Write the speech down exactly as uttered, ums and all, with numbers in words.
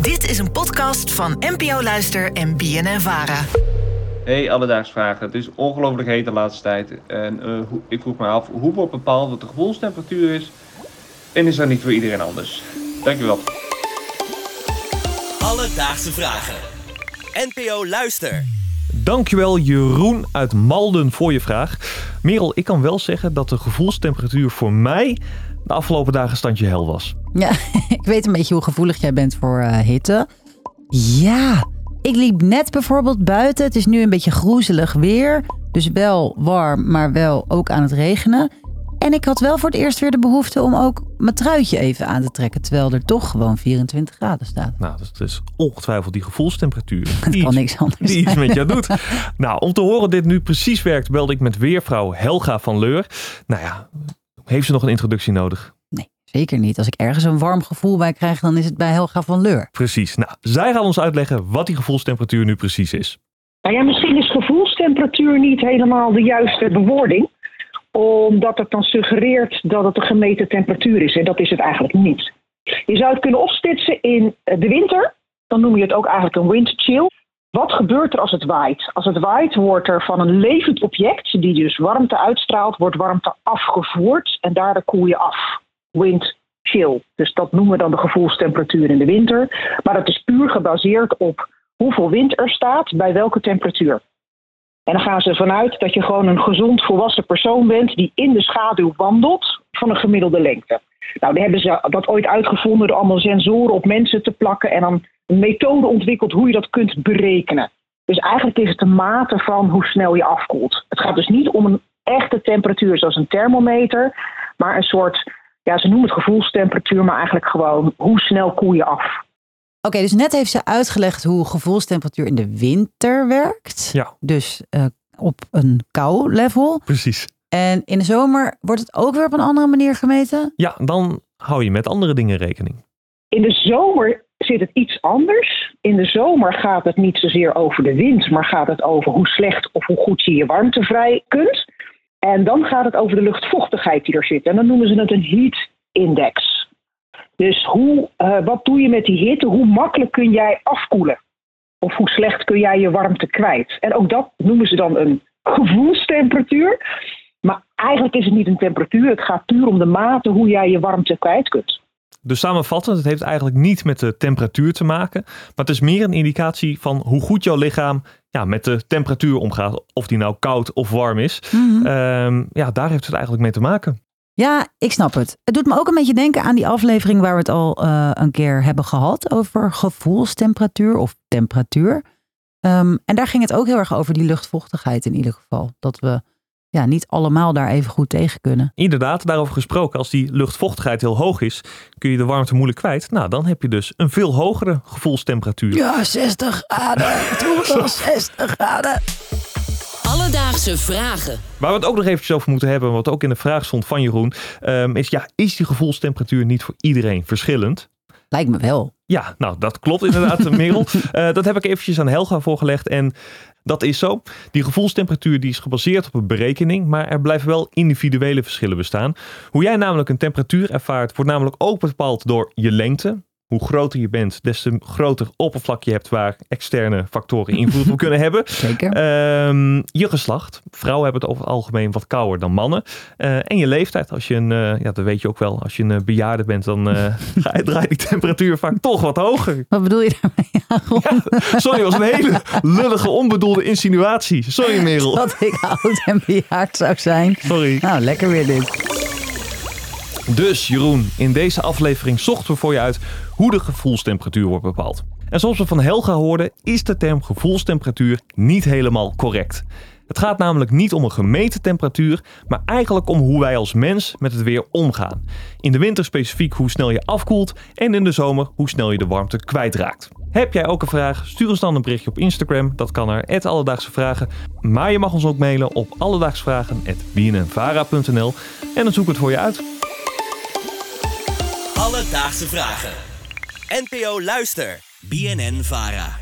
Dit is een podcast van N P O Luister en B N N Vara. Hey, alledaags vragen. Het is ongelooflijk heet de laatste tijd. En uh, ho- ik vroeg me af, hoe wordt bepaald wat de gevoelstemperatuur is? En is dat niet voor iedereen anders? Dankjewel. Alledaagse vragen. N P O Luister. Dankjewel Jeroen uit Malden voor je vraag. Merel, ik kan wel zeggen dat de gevoelstemperatuur voor mij de afgelopen dagen standje hel was. Ja, ik weet een beetje hoe gevoelig jij bent voor uh, hitte. Ja, ik liep net bijvoorbeeld buiten. Het is nu een beetje groezelig weer. Dus wel warm, maar wel ook aan het regenen. En ik had wel voor het eerst weer de behoefte om ook mijn truitje even aan te trekken. Terwijl er toch gewoon vierentwintig graden staat. Nou, dat is ongetwijfeld die gevoelstemperatuur. Dat Die kan iets, niks anders die iets zijn. met jou doet. Nou, om te horen dit nu precies werkt, belde ik met weervrouw Helga van Leur. Nou ja, heeft ze nog een introductie nodig? Nee, zeker niet. Als ik ergens een warm gevoel bij krijg, dan is het bij Helga van Leur. Precies. Nou, zij gaat ons uitleggen wat die gevoelstemperatuur nu precies is. Nou ja, misschien is gevoelstemperatuur niet helemaal de juiste bewoording. Omdat het dan suggereert dat het een gemeten temperatuur is. En dat is het eigenlijk niet. Je zou het kunnen opsplitsen in de winter. Dan noem je het ook eigenlijk een wind chill. Wat gebeurt er als het waait? Als het waait wordt er van een levend object, die dus warmte uitstraalt, wordt warmte afgevoerd. En daardoor koel je af. Wind chill. Dus dat noemen we dan de gevoelstemperatuur in de winter. Maar dat is puur gebaseerd op hoeveel wind er staat bij welke temperatuur. En dan gaan ze vanuit dat je gewoon een gezond volwassen persoon bent die in de schaduw wandelt van een gemiddelde lengte. Nou, dan hebben ze dat ooit uitgevonden door allemaal sensoren op mensen te plakken en dan een methode ontwikkeld hoe je dat kunt berekenen. Dus eigenlijk is het de mate van hoe snel je afkoelt. Het gaat dus niet om een echte temperatuur zoals een thermometer, maar een soort, ja, ze noemen het gevoelstemperatuur, maar eigenlijk gewoon hoe snel koel je af. Oké, dus net heeft ze uitgelegd hoe gevoelstemperatuur in de winter werkt. Ja. Dus uh, op een kou level. Precies. En in de zomer wordt het ook weer op een andere manier gemeten? Ja, dan hou je met andere dingen rekening. In de zomer zit het iets anders. In de zomer gaat het niet zozeer over de wind, maar gaat het over hoe slecht of hoe goed je je warmte vrij kunt. En dan gaat het over de luchtvochtigheid die er zit. En dan noemen ze het een heat index. Dus hoe, uh, wat doe je met die hitte? Hoe makkelijk kun jij afkoelen? Of hoe slecht kun jij je warmte kwijt? En ook dat noemen ze dan een gevoelstemperatuur. Maar eigenlijk is het niet een temperatuur. Het gaat puur om de mate hoe jij je warmte kwijt kunt. Dus samenvattend, het heeft eigenlijk niet met de temperatuur te maken. Maar het is meer een indicatie van hoe goed jouw lichaam ja, met de temperatuur omgaat. Of die nou koud of warm is. Mm-hmm. Um, ja, daar heeft het eigenlijk mee te maken. Ja, ik snap het. Het doet me ook een beetje denken aan die aflevering waar we het al uh, een keer hebben gehad over gevoelstemperatuur of temperatuur. Um, en daar ging het ook heel erg over die luchtvochtigheid in ieder geval. Dat we ja, niet allemaal daar even goed tegen kunnen. Inderdaad, daarover gesproken. Als die luchtvochtigheid heel hoog is, kun je de warmte moeilijk kwijt. Nou, dan heb je dus een veel hogere gevoelstemperatuur. Ja, zestig graden. Het wordt al zestig graden. Alledaagse vragen. Waar we het ook nog eventjes over moeten hebben, wat ook in de vraag stond van Jeroen, um, is ja, is die gevoelstemperatuur niet voor iedereen verschillend? Lijkt me wel. Ja, nou dat klopt inderdaad, Merel. Uh, dat heb ik eventjes aan Helga voorgelegd en dat is zo. Die gevoelstemperatuur die is gebaseerd op een berekening, maar er blijven wel individuele verschillen bestaan. Hoe jij namelijk een temperatuur ervaart, wordt namelijk ook bepaald door je lengte. Hoe groter je bent, des te groter oppervlak je hebt waar externe factoren invloed op kunnen hebben. Zeker. Um, je geslacht. Vrouwen hebben het over het algemeen wat kouder dan mannen. Uh, en je leeftijd. Als je een, uh, ja, dat weet je ook wel. Als je een bejaarde bent, dan uh, ga je, draait die temperatuur vaak toch wat hoger. Wat bedoel je daarmee? Ja, sorry, dat was een hele lullige, onbedoelde insinuatie. Sorry, Merel. Dat ik oud en bejaard zou zijn. Sorry. Nou, lekker weer dit. Dus Jeroen, in deze aflevering zochten we voor je uit hoe de gevoelstemperatuur wordt bepaald. En zoals we van Helga hoorden, is de term gevoelstemperatuur niet helemaal correct. Het gaat namelijk niet om een gemeten temperatuur, maar eigenlijk om hoe wij als mens met het weer omgaan. In de winter specifiek hoe snel je afkoelt en in de zomer hoe snel je de warmte kwijtraakt. Heb jij ook een vraag? Stuur ons dan een berichtje op Instagram. Dat kan naar at Alledaagse Vragen. Maar je mag ons ook mailen op alledaagsvragen at b n n vara punt n l en dan zoek het voor je uit. Alledaagse Vragen. N P O Luister. B N N Vara.